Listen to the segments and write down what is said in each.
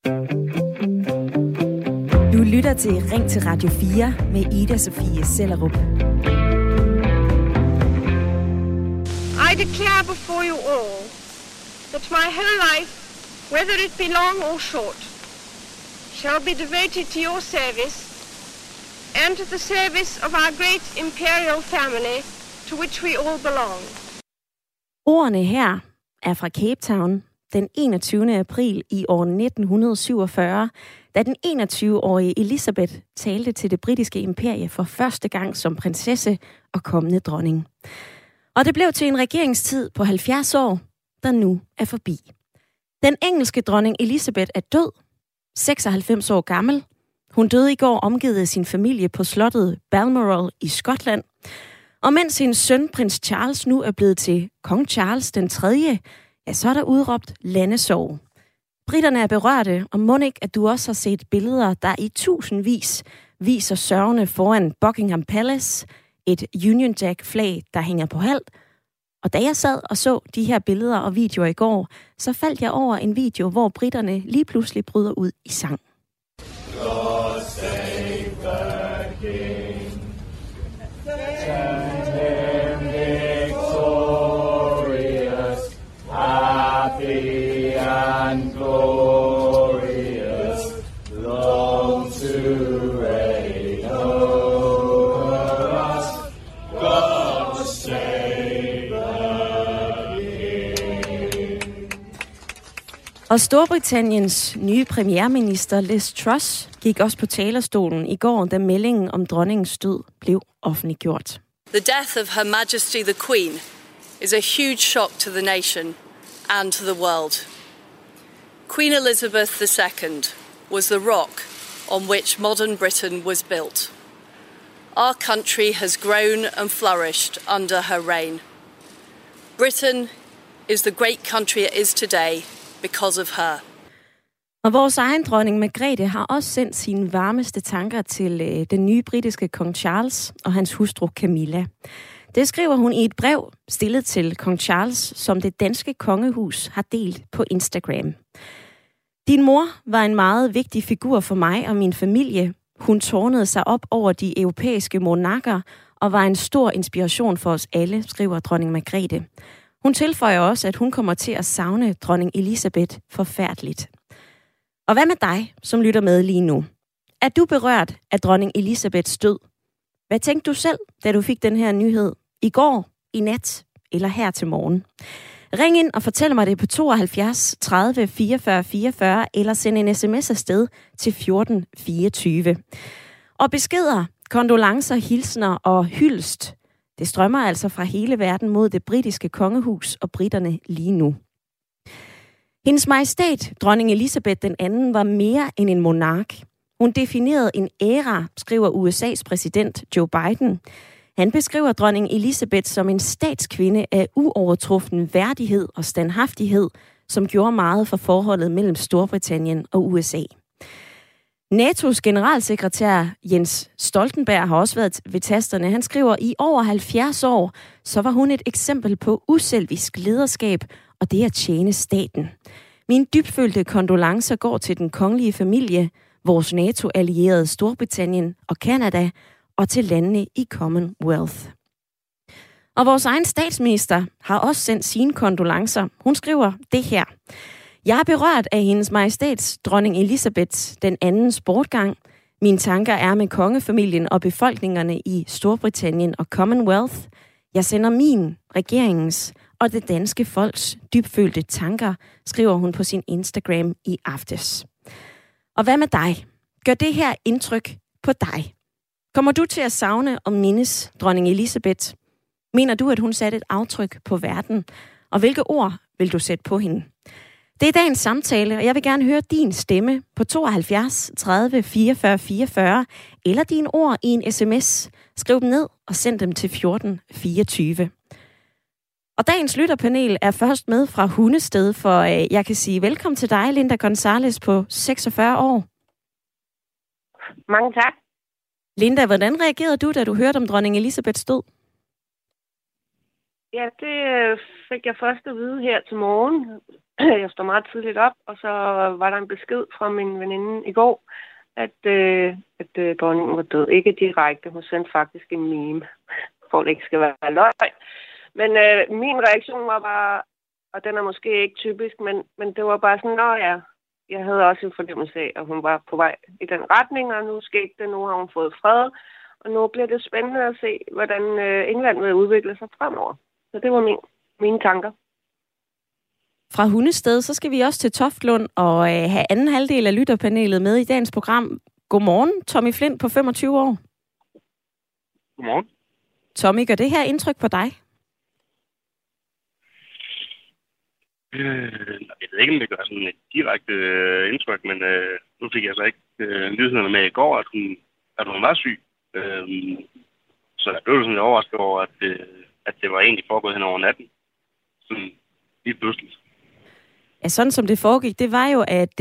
Du lytter til Ring til Radio 4 med Ida Sofie Sellerup. I declare before you all that my whole life, whether it be long or short, shall be devoted to your service and to the service of our great imperial family to which we all belong. Ordene her er fra Cape Town den 21. april i år 1947, da den 21-årige Elizabeth talte til det britiske imperie for første gang som prinsesse og kommende dronning. Og det blev til en regeringstid på 70 år, der nu er forbi. Den engelske dronning Elizabeth er død, 96 år gammel. Hun døde i går omgivet af sin familie på slottet Balmoral i Skotland. Og mens hendes søn, prins Charles, nu er blevet til kong Charles den 3., ja, så er der udråbt landesorg. Britterne er berørte, og mon ikke, at du også har set billeder, der i tusindvis viser sørgende foran Buckingham Palace, et Union Jack-flag, der hænger på halv. Og da jeg sad og så de her billeder og videoer i går, så faldt jeg over en video, hvor britterne lige pludselig bryder ud i sang. God save the King, send him victorious, happy and glorious, long to reign over us. God save the King. Og Storbritanniens nye premierminister Liz Truss gik også på talerstolen i går, da meldingen om dronningens død blev offentliggjort. The death of Her Majesty the Queen is a huge shock to the nation and to the world. Queen Elizabeth II was the rock on which modern Britain was built. Our country has grown and flourished under her reign. Britain is the great country it is today because of her. Og vores egen dronning Margrethe har også sendt sine varmeste tanker til den nye britiske kong Charles og hans hustru Camilla. Det skriver hun i et brev stillet til kong Charles, som det danske kongehus har delt på Instagram. Din mor var en meget vigtig figur for mig og min familie. Hun tårnede sig op over de europæiske monarker og var en stor inspiration for os alle, skriver dronning Margrethe. Hun tilføjer også, at hun kommer til at savne dronning Elizabeth forfærdeligt. Og hvad med dig, som lytter med lige nu? Er du berørt af dronning Elizabeths død? Hvad tænkte du selv, da du fik den her nyhed? I går, i nat eller her til morgen? Ring ind og fortæl mig det på 72 30 44 44 eller send en sms afsted til 1424. Og beskeder, kondolencer, hilsner og hyldest, det strømmer altså fra hele verden mod det britiske kongehus og britterne lige nu. Hendes majestæt, dronning Elizabeth II, var mere end en monark. Hun definerede en æra, skriver USA's præsident Joe Biden. Han beskriver dronning Elizabeth som en statskvinde af uovertruffen værdighed og standhaftighed, som gjorde meget for forholdet mellem Storbritannien og USA. NATO's generalsekretær Jens Stoltenberg har også været ved tasterne. Han skriver, i over 70 år, så var hun et eksempel på uselvisk lederskab og det at tjene staten. Mine dybfølte kondolencer går til den kongelige familie, vores NATO-allierede Storbritannien og Canada, og til landene i Commonwealth. Og vores egen statsminister har også sendt sine kondolencer. Hun skriver det her. Jeg er berørt af hendes majestæts dronning Elizabeth den andens bortgang. Mine tanker er med kongefamilien og befolkningerne i Storbritannien og Commonwealth. Jeg sender min, regeringens og det danske folks dybfølte tanker, skriver hun på sin Instagram i aftes. Og hvad med dig? Gør det her indtryk på dig? Kommer du til at savne og mindes dronning Elizabeth? Mener du, at hun satte et aftryk på verden? Og hvilke ord vil du sætte på hende? Det er dagens samtale, og jeg vil gerne høre din stemme på 72 30 44 44, eller dine ord i en sms. Skriv dem ned og send dem til 14 24. Og dagens lytterpanel er først med fra Hundested, for jeg kan sige velkommen til dig, Linda Gonzalez på 46 år. Mange tak. Linda, hvordan reagerede du, da du hørte om dronning Elizabeths død? Ja, det fik jeg først at vide her til morgen. Jeg står meget tidligt op, og så var der en besked fra min veninde i går, at dronningen var død. Ikke direkte, hun sendte faktisk en meme, for at det ikke skal være løgn. Men min reaktion var bare, og den er måske ikke typisk, men det var bare sådan, ja, jeg havde også en fornemmelse af, at hun var på vej i den retning, og nu skete det, nu har hun fået fred, og nu bliver det spændende at se, hvordan England vil udvikle sig fremover. Så det var mine tanker. Fra Hundested, så skal vi også til Toftlund og have anden halvdel af lytterpanelet med i dagens program. Godmorgen, Tommy Flint på 25 år. Godmorgen. Tommy, gør det her indtryk på dig? Jeg ved ikke, om det gør sådan et direkte indtryk, men nu fik jeg så ikke nyhederne med i går, at hun var syg. Så jeg blev sådan lidt overrasket over, at det var egentlig foregået hen over natten. Sådan lige pludselig. Ja, sådan som det foregik, det var jo, at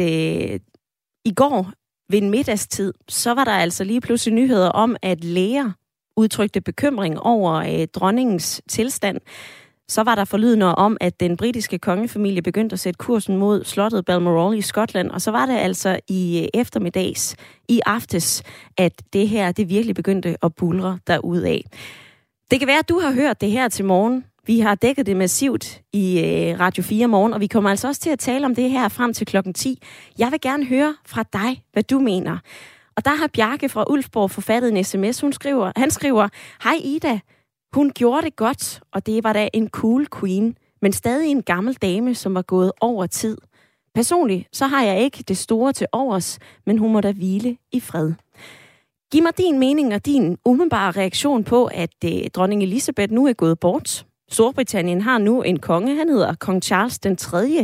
i går ved en middagstid, så var der altså lige pludselig nyheder om, at læger udtrykte bekymring over dronningens tilstand. Så var der forlydender om, at den britiske kongefamilie begyndte at sætte kursen mod slottet Balmoral i Skotland, og så var det altså i eftermiddags, i aftes, at det her, det virkelig begyndte at buldre derudad. Det kan være, at du har hørt det her til morgen. Vi har dækket det massivt i Radio 4 morgen, og vi kommer altså også til at tale om det her frem til klokken 10. Jeg vil gerne høre fra dig, hvad du mener. Og der har Bjarke fra Ulfborg forfattet en sms. Han skriver, hej Ida, hun gjorde det godt, og det var da en cool queen, men stadig en gammel dame, som var gået over tid. Personligt, så har jeg ikke det store til overs, men hun må da hvile i fred. Giv mig din mening og din umiddelbare reaktion på, at dronning Elizabeth nu er gået bort. Storbritannien har nu en konge, han hedder Kong Charles den 3.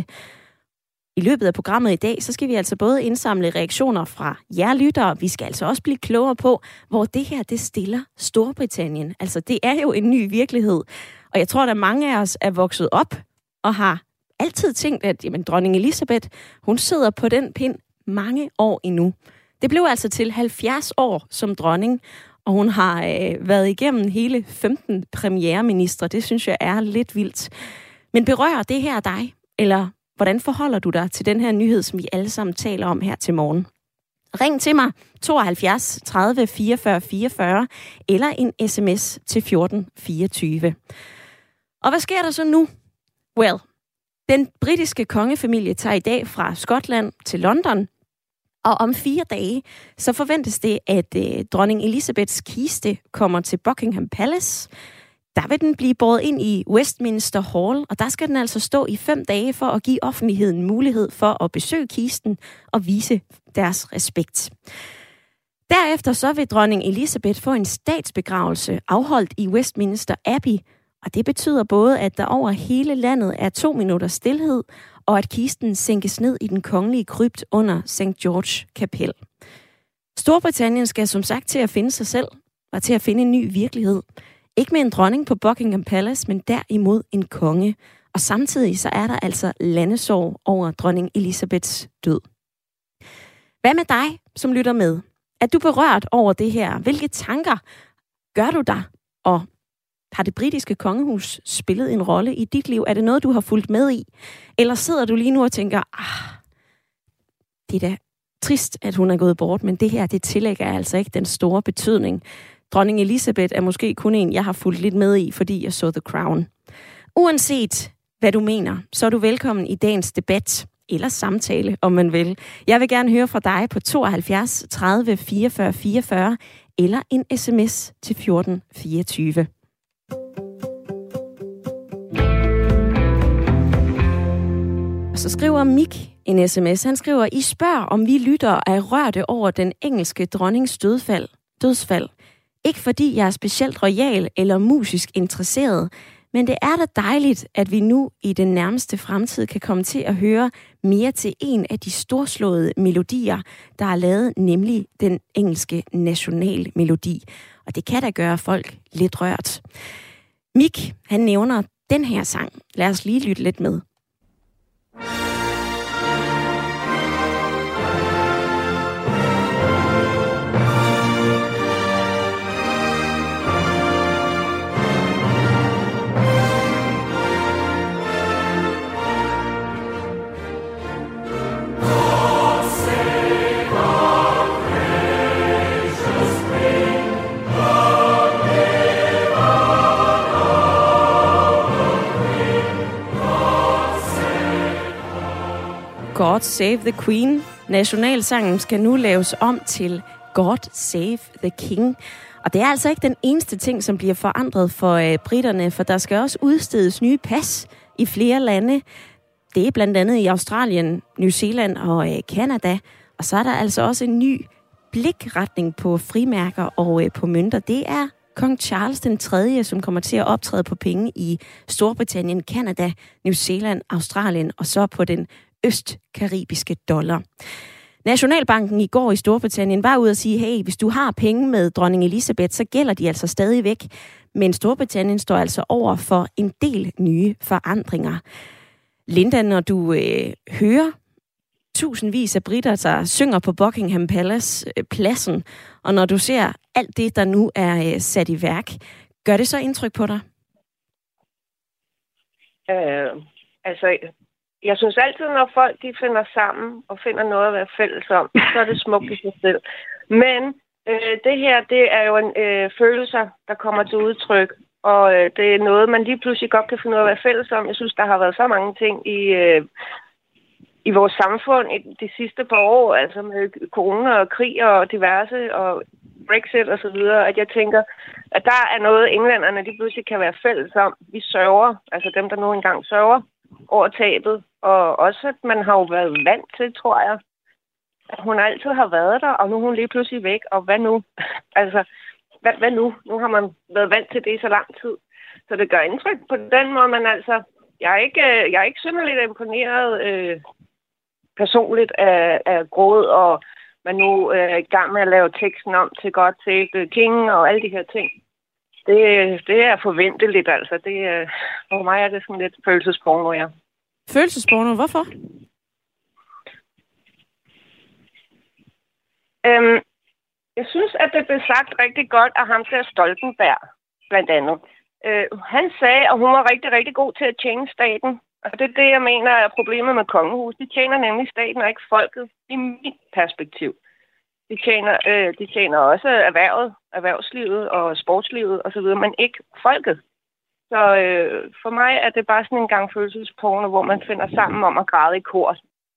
I løbet af programmet i dag, så skal vi altså både indsamle reaktioner fra jer lyttere. Vi skal altså også blive klogere på, hvor det her, det stiller Storbritannien. Altså, det er jo en ny virkelighed. Og jeg tror, at mange af os er vokset op og har altid tænkt, at jamen, dronning Elizabeth, hun sidder på den pind mange år endnu. Det blev altså til 70 år som dronning, og hun har været igennem hele 15 premierministre. Det synes jeg er lidt vildt. Men berører det her dig, eller hvordan forholder du dig til den her nyhed, som vi alle sammen taler om her til morgen? Ring til mig 72 30 44 44 eller en sms til 14 24. Og hvad sker der så nu? Well, den britiske kongefamilie tager i dag fra Skotland til London, og om 4 dage, så forventes det, at dronning Elizabeths kiste kommer til Buckingham Palace. Der vil den blive båret ind i Westminster Hall, og der skal den altså stå i 5 dage for at give offentligheden mulighed for at besøge kisten og vise deres respekt. Derefter så vil dronning Elizabeth få en statsbegravelse afholdt i Westminster Abbey, og det betyder både, at der over hele landet er 2 minutters stilhed, og at kisten sænkes ned i den kongelige krypt under St. George Kapel. Storbritannien skal som sagt til at finde sig selv, og til at finde en ny virkelighed. Ikke med en dronning på Buckingham Palace, men derimod en konge. Og samtidig så er der altså landesorg over dronning Elizabeths død. Hvad med dig, som lytter med? Er du berørt over det her? Hvilke tanker gør du dig? Og har det britiske kongehus spillet en rolle i dit liv? Er det noget, du har fulgt med i? Eller sidder du lige nu og tænker, det er da trist, at hun er gået bort, men det her, det tillægger altså ikke den store betydning. Dronning Elizabeth er måske kun en, jeg har fulgt lidt med i, fordi jeg så The Crown. Uanset hvad du mener, så er du velkommen i dagens debat eller samtale, om man vil. Jeg vil gerne høre fra dig på 72 30 44 44 eller en sms til 14 24. Og så skriver Mik en sms. Han skriver, I spørger, om vi lytter er rørte over den engelske dronnings dødsfald. Ikke fordi jeg er specielt royal eller musisk interesseret, men det er da dejligt, at vi nu i den nærmeste fremtid kan komme til at høre mere til en af de storslåede melodier, der er lavet, nemlig den engelske nationalmelodi. Og det kan da gøre folk lidt rørt. Mik, han nævner den her sang. Lad os lige lytte lidt med. God Save the Queen. Nationalsangen skal nu laves om til God Save the King. Og det er altså ikke den eneste ting, som bliver forandret for britterne, for der skal også udstedes nye pas i flere lande. Det er blandt andet i Australien, New Zealand og Canada. Og så er der altså også en ny blikretning på frimærker og på mønter. Det er kong Charles den 3., som kommer til at optræde på penge i Storbritannien, Canada, New Zealand, Australien og så på den østkaribiske dollar. Nationalbanken i går i Storbritannien var ude at sige, hey, hvis du har penge med dronning Elizabeth, så gælder de altså stadigvæk. Men Storbritannien står altså over for en del nye forandringer. Linda, når du hører tusindvis af britter, der synger på Buckingham Palace-pladsen, og når du ser alt det, der nu er sat i værk, gør det så indtryk på dig? Jeg synes altid, når folk de finder sammen og finder noget at være fælles om, så er det smukt i sig selv. Men det her, det er jo en følelser, der kommer til udtryk, og det er noget, man lige pludselig godt kan finde ud af at være fælles om. Jeg synes, der har været så mange ting i vores samfund i de sidste par år, altså med corona og krig og diverse og Brexit og så videre, at jeg tænker, at der er noget, englænderne de pludselig kan være fælles om. Vi sørger, altså dem, der nu engang sørger over tabet, og også at man har jo været vant til, tror jeg, at hun altid har været der, og nu er hun lige pludselig væk, og hvad nu? Altså, hvad nu? Nu har man været vant til det i så lang tid. Så det gør indtryk på den måde, men altså, jeg er ikke synderligt imponeret personligt af gråd, og man nu er i gang med at lave teksten om til God Save the King og alle de her ting. Det er forventeligt, altså. For mig er det sådan lidt følelsesporno, ja. Følelsesporno? Hvorfor? Jeg synes, at det blev sagt rigtig godt af ham der Stoltenberg, blandt andet. Han sagde, at hun var rigtig, rigtig god til at tjene staten. Og det er det, jeg mener er problemet med kongehus. De tjener nemlig staten og ikke folket, i mit perspektiv. De tjener også erhvervslivet og sportslivet osv., men ikke folket. Så for mig er det bare sådan en gang følelsesporno, hvor man finder sammen om at græde i kor.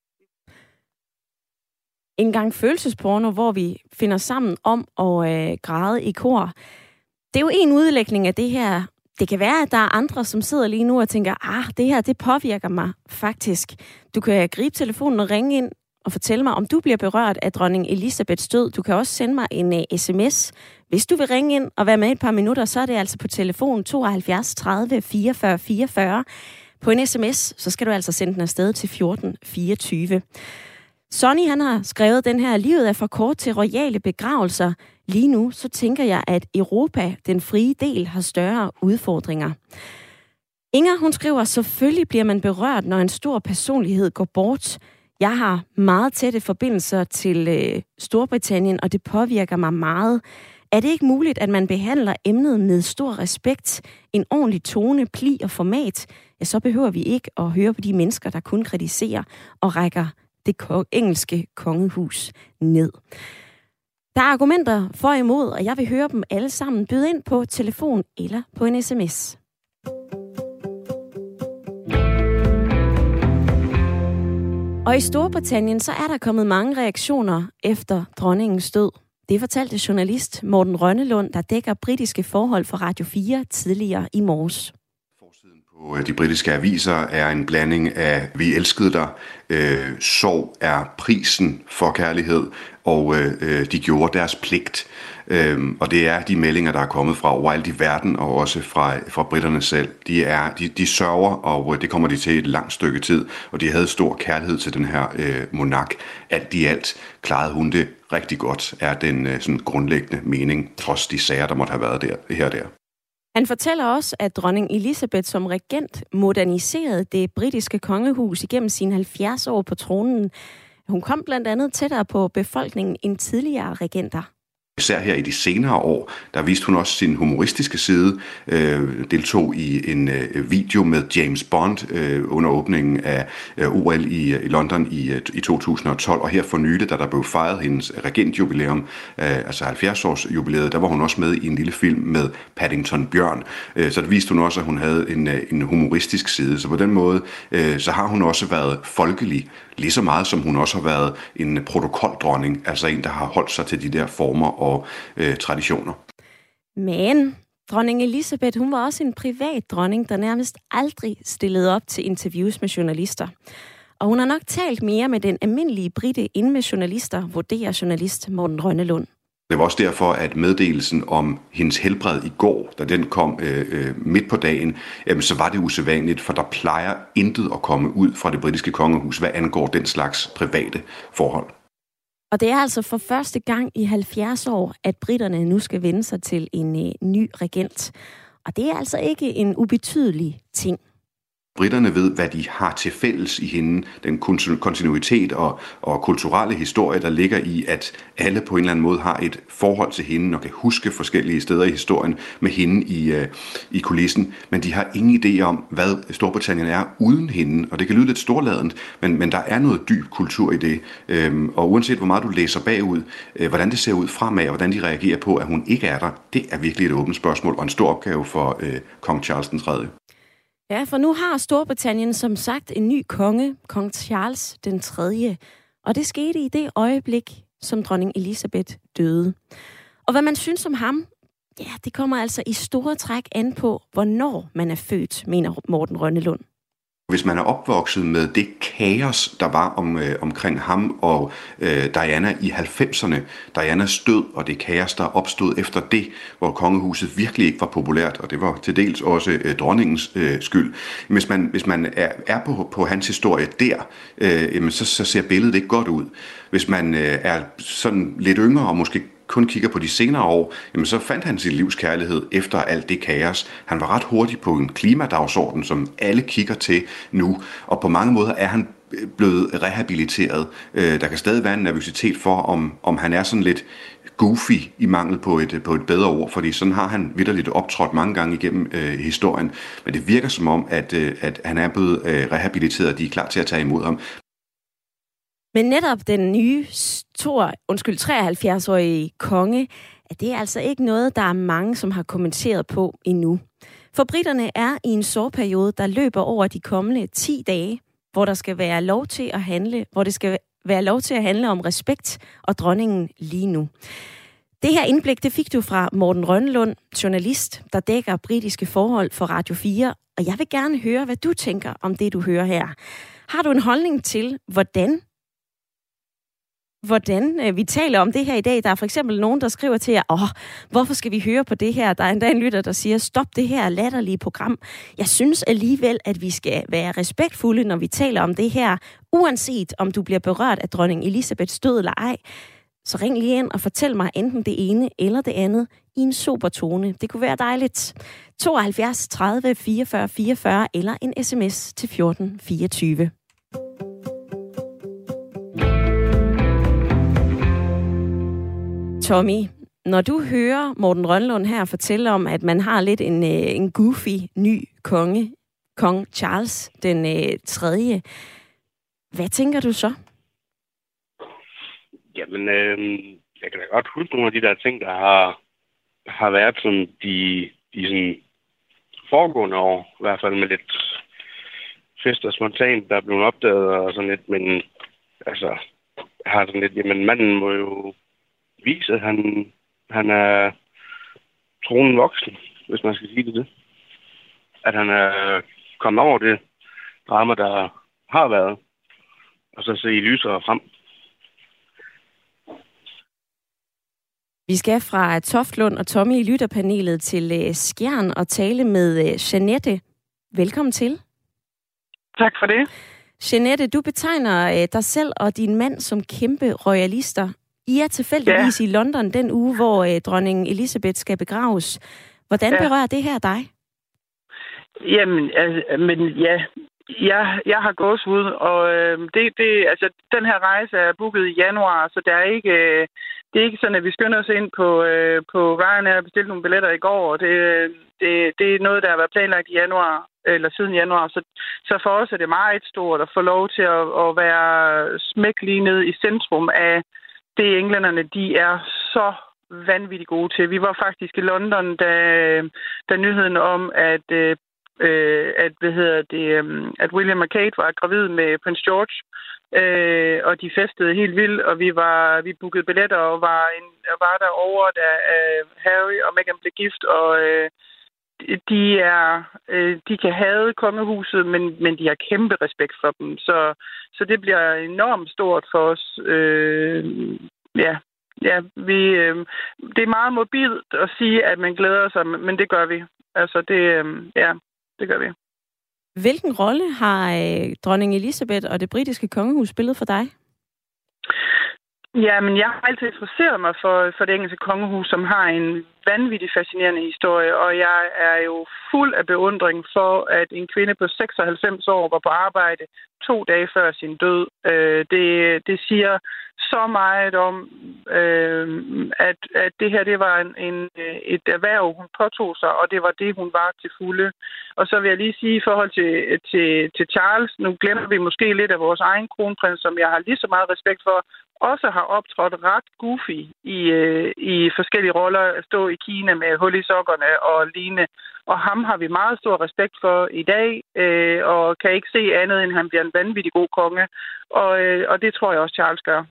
En gang følelsesporno, hvor vi finder sammen om at græde i kor. Det er jo en udlægning af det her. Det kan være, at der er andre, som sidder lige nu og tænker, det her, det påvirker mig faktisk. Du kan gribe telefonen og ringe ind og fortælle mig, om du bliver berørt af dronning Elizabeths død. Du kan også sende mig en sms. Hvis du vil ringe ind og være med et par minutter, så er det altså på telefon 72 30 44 44. På en sms, så skal du altså sende den afsted til 14 24. Sonny, han har skrevet den her, livet er for kort til royale begravelser. Lige nu, så tænker jeg, at Europa, den frie del, har større udfordringer. Inger, hun skriver, selvfølgelig bliver man berørt, når en stor personlighed går bort. Jeg har meget tætte forbindelser til Storbritannien, og det påvirker mig meget. Er det ikke muligt, at man behandler emnet med stor respekt, en ordentlig tone, pli og format? Ja, så behøver vi ikke at høre på de mennesker, der kun kritiserer og rækker det engelske kongehus ned. Der er argumenter for og imod, og jeg vil høre dem alle sammen. Byd ind på telefon eller på en sms. Og i Storbritannien, så er der kommet mange reaktioner efter dronningens død. Det fortalte journalist Morten Rønnelund, der dækker britiske forhold for Radio 4 tidligere i morges. På de britiske aviser er en blanding af vi elskede dig, sorg er prisen for kærlighed, og de gjorde deres pligt. Og det er de meldinger, der er kommet fra overalt i verden, og også fra britterne selv. De sørger, og det kommer de til et langt stykke tid, og de havde stor kærlighed til den her monark. Alt i alt klarede hun det rigtig godt, er den sådan grundlæggende mening, trods de sager, der måtte have været der, her og der. Han fortæller også, at dronning Elizabeth som regent moderniserede det britiske kongehus igennem sine 70 år på tronen. Hun kom blandt andet tættere på befolkningen end tidligere regenter. Især her i de senere år, der viste hun også sin humoristiske side, deltog i en video med James Bond under åbningen af OL i London i 2012, og her for nylig, da der blev fejret hendes regentjubilæum, altså 70-års jubilæet, der var hun også med i en lille film med Paddington Bjørn. Så det viste hun også, at hun havde en humoristisk side. Så på den måde, så har hun også været folkelig, lige så meget som hun også har været en protokoldronning, altså en, der har holdt sig til de der former og traditioner. Men dronning Elizabeth, hun var også en privat dronning, der nærmest aldrig stillede op til interviews med journalister. Og hun har nok talt mere med den almindelige brite end med journalister, vurderer journalist Morten Rønnelund. Det var også derfor, at meddelelsen om hendes helbred i går, da den kom midt på dagen, så var det usædvanligt, for der plejer intet at komme ud fra det britiske kongehus, hvad angår den slags private forhold. Og det er altså for første gang i 70 år, at briterne nu skal vende sig til en ny regent. Og det er altså ikke en ubetydelig ting. Briterne ved, hvad de har til fælles i hende, den kontinuitet og kulturelle historie, der ligger i, at alle på en eller anden måde har et forhold til hende og kan huske forskellige steder i historien med hende i kulissen. Men de har ingen idé om, hvad Storbritannien er uden hende, og det kan lyde lidt storladent, men der er noget dyb kultur i det. Og uanset hvor meget du læser bagud, hvordan det ser ud fremad, og hvordan de reagerer på, at hun ikke er der, det er virkelig et åbent spørgsmål og en stor opgave for kong Charles den 3. Ja, for nu har Storbritannien som sagt en ny konge, kong Charles den 3. Og det skete i det øjeblik, som dronning Elizabeth døde. Og hvad man synes om ham, ja, det kommer altså i store træk an på, hvornår man er født, mener Morten Rønnelund. Hvis man er opvokset med det kaos, der var omkring ham og Diana i 90'erne, Dianas død og det kaos, der opstod efter det, hvor kongehuset virkelig ikke var populært, og det var til dels også dronningens skyld. Hvis man er på hans historie der, så ser billedet ikke godt ud. Hvis man er sådan lidt yngre og måske kun kigger på de senere år, jamen så fandt han sin livskærlighed efter alt det kaos. Han var ret hurtig på en klimadagsorden, som alle kigger til nu, og på mange måder er han blevet rehabiliteret. Der kan stadig være en nervøsitet for, om han er sådan lidt goofy i mangel på et bedre ord, fordi sådan har han vitterligt optrådt mange gange igennem historien. Men det virker som om, at han er blevet rehabiliteret, og de er klar til at tage imod ham. Men netop den nye 73-årige konge, det er altså ikke noget, der er mange, som har kommenteret på endnu. For briterne er i en sorgperiode, der løber over de kommende 10 dage, hvor der skal være lov til at handle, hvor det skal være lov til at handle om respekt og dronningen lige nu. Det her indblik, det fik du fra Morten Rønnelund, journalist, der dækker britiske forhold for Radio 4, og jeg vil gerne høre, hvad du tænker om det, du hører her. Har du en holdning til, hvordan vi taler om det her i dag? Der er for eksempel nogen, der skriver til jer, hvorfor skal vi høre på det her? Der er endda en lytter, der siger, stop det her latterlige program. Jeg synes alligevel, at vi skal være respektfulde, når vi taler om det her, uanset om du bliver berørt af dronning Elizabeths død eller ej. Så ring lige ind og fortæl mig enten det ene eller det andet i en sober tone. Det kunne være dejligt. 72 30 44 44 eller en sms til 1424. Tommy, når du hører Morten Rønnelund her fortælle om, at man har lidt en goofy ny konge, kong Charles den 3. Hvad tænker du så? Jamen, jeg kan da godt huske nogle af de der ting, der har været sådan de sådan foregående år, i hvert fald med lidt fest og spontant, der er blevet opdaget og sådan lidt, men altså, jeg har sådan lidt, jamen manden må jo vise, at han er tronen voksen, hvis man skal sige det. At han er kommet over det drama, der har været, og så se lysere frem. Vi skal fra Toftlund og Tommy i lytterpanelet til Skjern og tale med Jeanette. Velkommen til. Tak for det. Jeanette, du betegner dig selv og din mand som kæmpe royalister. I er tilfældigvis i London den uge, hvor dronning Elizabeth skal begraves. Hvordan berører det her dig? Jamen, jeg har gåsehud, og altså, den her rejse er booket i januar, så der er ikke det er ikke sådan, at vi skynder os ind på Ryanair og bestilte nogle billetter i går. Det er noget, der har været planlagt i januar, eller siden januar. Så for os er det meget stort at få lov til at være smæk lige ned i centrum af det, englænderne de er så vanvittigt gode til. Vi var faktisk i London, da nyheden om, at at William og Kate var gravid med prins George, og de festede helt vildt, og vi bookede billetter og var derovre, da Harry og Meghan blev gift, og de kan hade kongehuset, men de har kæmpe respekt for dem, så det bliver enormt stort for os. Det er meget mobilt at sige, at man glæder sig, men det gør vi. Altså det gør vi. Hvilken rolle har dronning Elizabeth og det britiske kongehus spillet for dig? Ja, men jeg har altid interesseret mig for det engelske kongehus, som har en vanvittig fascinerende historie, og jeg er jo fuld af beundring for, at en kvinde på 96 år var på arbejde 2 dage før sin død. Det siger så meget om, at det her det var et erhverv, hun påtog sig, og det var det, hun var til fulde. Og så vil jeg lige sige i forhold til Charles, nu glemmer vi måske lidt af vores egen kronprins, som jeg har lige så meget respekt for, også har optrådt ret goofy i forskellige roller, at stå i Kina med hul i sokkerne og lignende. Og ham har vi meget stor respekt for i dag, og kan ikke se andet, end han bliver en vanvittig god konge. Og det tror jeg også, Charles gør.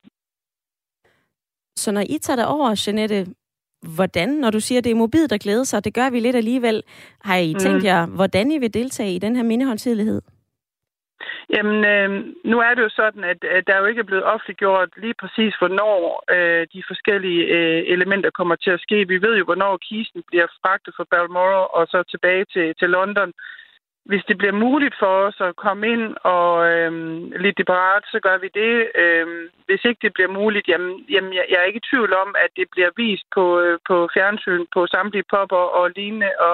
Så når I tager det over, Jeanette, hvordan, når du siger, det er mobilt at glæde sig, det gør vi lidt alligevel, har I tænkt jer, hvordan I vil deltage i den her mindehøjtidelighed? Jamen, nu er det jo sådan, at der jo ikke er blevet offentliggjort lige præcis, hvornår de forskellige elementer kommer til at ske. Vi ved jo, hvornår kisten bliver fragtet fra Balmoral og så tilbage til London. Hvis det bliver muligt for os at komme ind og lidt deparat, så gør vi det. Hvis ikke det bliver muligt, jamen jeg er ikke i tvivl om, at det bliver vist på fjernsyn, på samtlige popper og lignende, og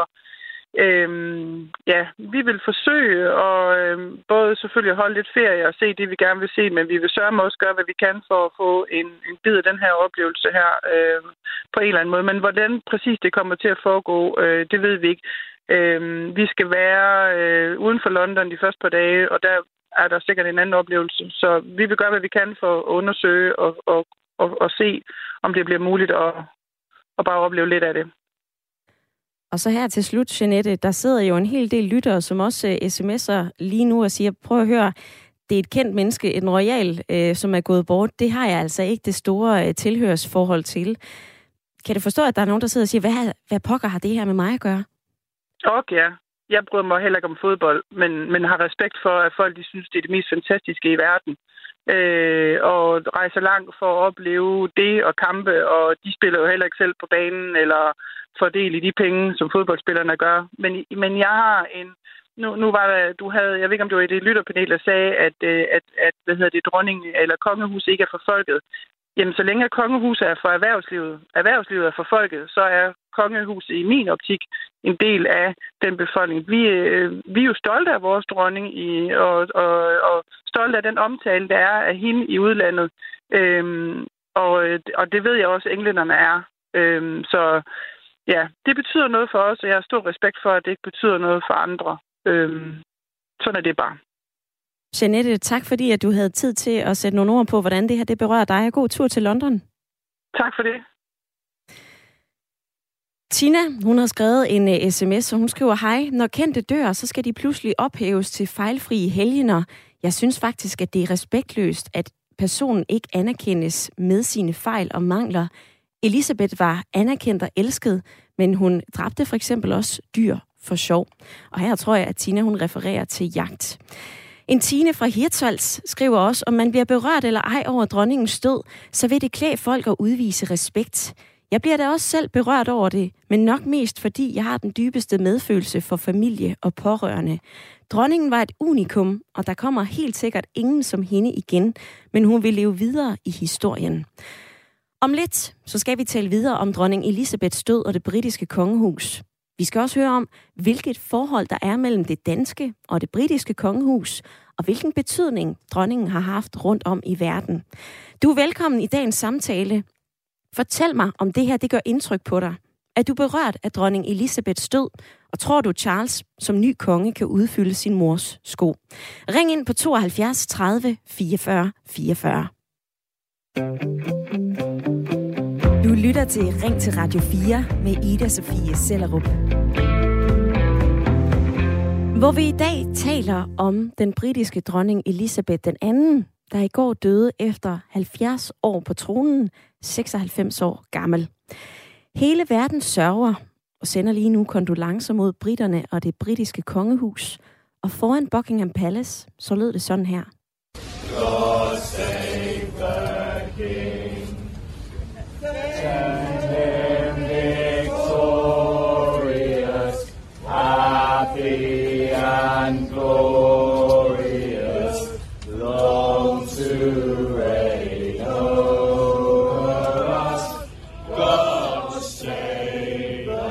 vi vil forsøge at både selvfølgelig at holde lidt ferie og se det, vi gerne vil se, men vi vil sørge også gøre, hvad vi kan for at få en bid af den her oplevelse her på en eller anden måde. Men hvordan præcis det kommer til at foregå, det ved vi ikke. Vi skal være uden for London de første par dage, og der er der sikkert en anden oplevelse. Så vi vil gøre, hvad vi kan for at undersøge og se, om det bliver muligt at bare opleve lidt af det. Og så her til slut, Jeanette, der sidder jo en hel del lyttere, som også sms'er lige nu og siger, prøv at høre, det er et kendt menneske, en royal, som er gået bort. Det har jeg altså ikke det store tilhørsforhold til. Kan du forstå, at der er nogen, der sidder og siger, hvad pokker har det her med mig at gøre? Okay. Jeg bryder mig heller ikke om fodbold, men har respekt for, at folk de synes, det er det mest fantastiske i verden. Og rejser langt for at opleve det og kampe, og de spiller jo heller ikke selv på banen, eller får del i de penge, som fodboldspillerne gør. Men jeg har nu var der, jeg ved ikke, om du var i det lytterpanel, der sagde, at dronningen eller kongehuset ikke er for folket. Jamen, så længe kongehuset er for erhvervslivet er for folket, så er kongehuset i min optik en del af den befolkning. Vi er jo stolte af vores dronning og stolte af den omtale, der er af hende i udlandet. Og det ved jeg også, englænderne er. Så ja, det betyder noget for os, og jeg har stor respekt for, at det ikke betyder noget for andre. Sådan er det bare. Jeanette, tak fordi, at du havde tid til at sætte nogle ord på, hvordan det her det berører dig. God tur til London. Tak for det. Tina, hun har skrevet en sms, og hun skriver, hej, når kendte dør, så skal de pludselig ophæves til fejlfrie helgener. Jeg synes faktisk, at det er respektløst, at personen ikke anerkendes med sine fejl og mangler. Elisabeth var anerkendt og elsket, men hun dræbte for eksempel også dyr for sjov. Og her tror jeg, at Tina hun refererer til jagt. En Tine fra Hirtshals skriver også, om man bliver berørt eller ej over dronningens død, så vil det klæde folk at udvise respekt. Jeg bliver da også selv berørt over det, men nok mest fordi jeg har den dybeste medfølelse for familie og pårørende. Dronningen var et unikum, og der kommer helt sikkert ingen som hende igen, men hun vil leve videre i historien. Om lidt, så skal vi tale videre om dronning Elizabeths død og det britiske kongehus. Vi skal også høre om, hvilket forhold der er mellem det danske og det britiske kongehus, og hvilken betydning dronningen har haft rundt om i verden. Du er velkommen i dagens samtale. Fortæl mig, om det her det gør indtryk på dig. Er du berørt af dronning Elizabeths død, og tror du, Charles som ny konge kan udfylde sin mors sko? Ring ind på 72 30 44 44. Du lytter til Ring til Radio 4 med Ida Sofie Sellerup. Hvor vi i dag taler om den britiske dronning Elizabeth II, der i går døde efter 70 år på tronen, 96 år gammel. Hele verden sørger og sender lige nu kondolencer mod britterne og det britiske kongehus. Og foran Buckingham Palace, så lød det sådan her. God save the king. Send him victorious, happy and glorious, long to reign over us. God save the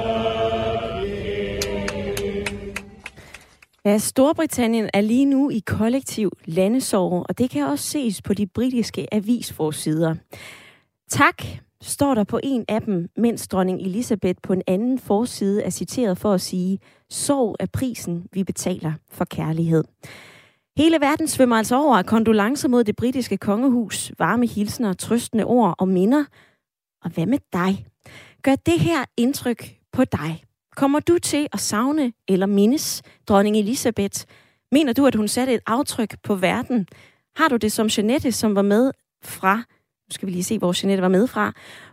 king. Ja, Storbritannien er lige nu i kollektiv landesorg, og det kan også ses på de britiske avisforsider. Tak, står der på en af dem, mens dronning Elizabeth på en anden forside er citeret for at sige, sorg er prisen, vi betaler for kærlighed. Hele verden svømmer altså over af kondolencer mod det britiske kongehus, varme hilsner, trøstende ord og minder. Og hvad med dig? Gør det her indtryk på dig? Kommer du til at savne eller mindes dronning Elizabeth? Mener du, at hun satte et aftryk på verden? Har du det som Jeanette, som var med fra... Nu skal vi lige se, hvor Jeanette var med fra.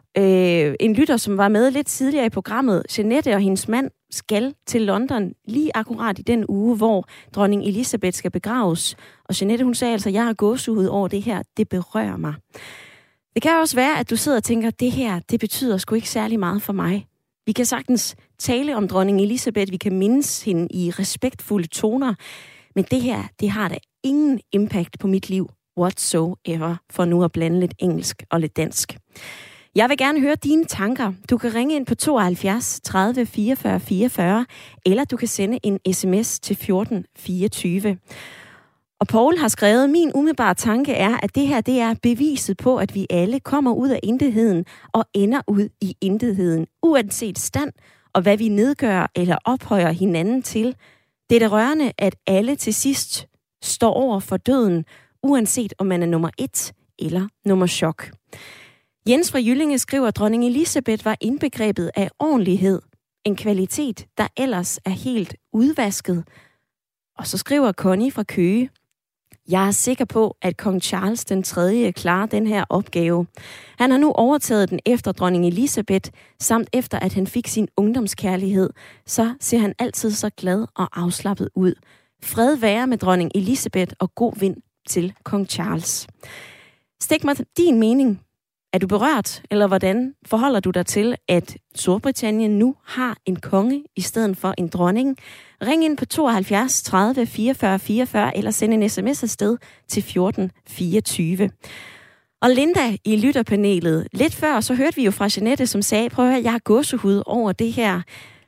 En lytter, som var med lidt tidligere i programmet. Jeanette og hendes mand skal til London lige akkurat i den uge, hvor dronning Elizabeth skal begraves. Og Jeanette, hun sagde altså, jeg har gåsehud over det her. Det berører mig. Det kan også være, at du sidder og tænker, det her, det betyder sgu ikke særlig meget for mig. Vi kan sagtens tale om dronning Elizabeth. Vi kan mindes hende i respektfulde toner. Men det her, det har da ingen impact på mit liv whatsoever, for nu at blande lidt engelsk og lidt dansk. Jeg vil gerne høre dine tanker. Du kan ringe ind på 72 30 44 44, eller du kan sende en sms til 14 24. Og Paul har skrevet, min umiddelbare tanke er, at det her det er beviset på, at vi alle kommer ud af intetheden og ender ud i intetheden, uanset stand og hvad vi nedgør eller ophøjer hinanden til. Det er da rørende, at alle til sidst står over for døden, uanset om man er nummer 1 eller nummer chok. Jens fra Jyllinge skriver, at dronning Elizabeth var indbegrebet af ordentlighed. En kvalitet, der ellers er helt udvasket. Og så skriver Connie fra Køge, jeg er sikker på, at kong Charles den 3. klarer den her opgave. Han har nu overtaget den efter dronning Elizabeth, samt efter at han fik sin ungdomskærlighed, så ser han altid så glad og afslappet ud. Fred være med dronning Elizabeth og god vind til kong Charles. Stik mig din mening. Er du berørt, eller hvordan forholder du dig til, at Storbritannien nu har en konge i stedet for en dronning? Ring ind på 72 30 44 44, eller send en sms afsted til 14 24. Og Linda i lytterpanelet, lidt før, så hørte vi jo fra Jeanette, som sagde, prøv at høre, jeg har gåsehud over det her.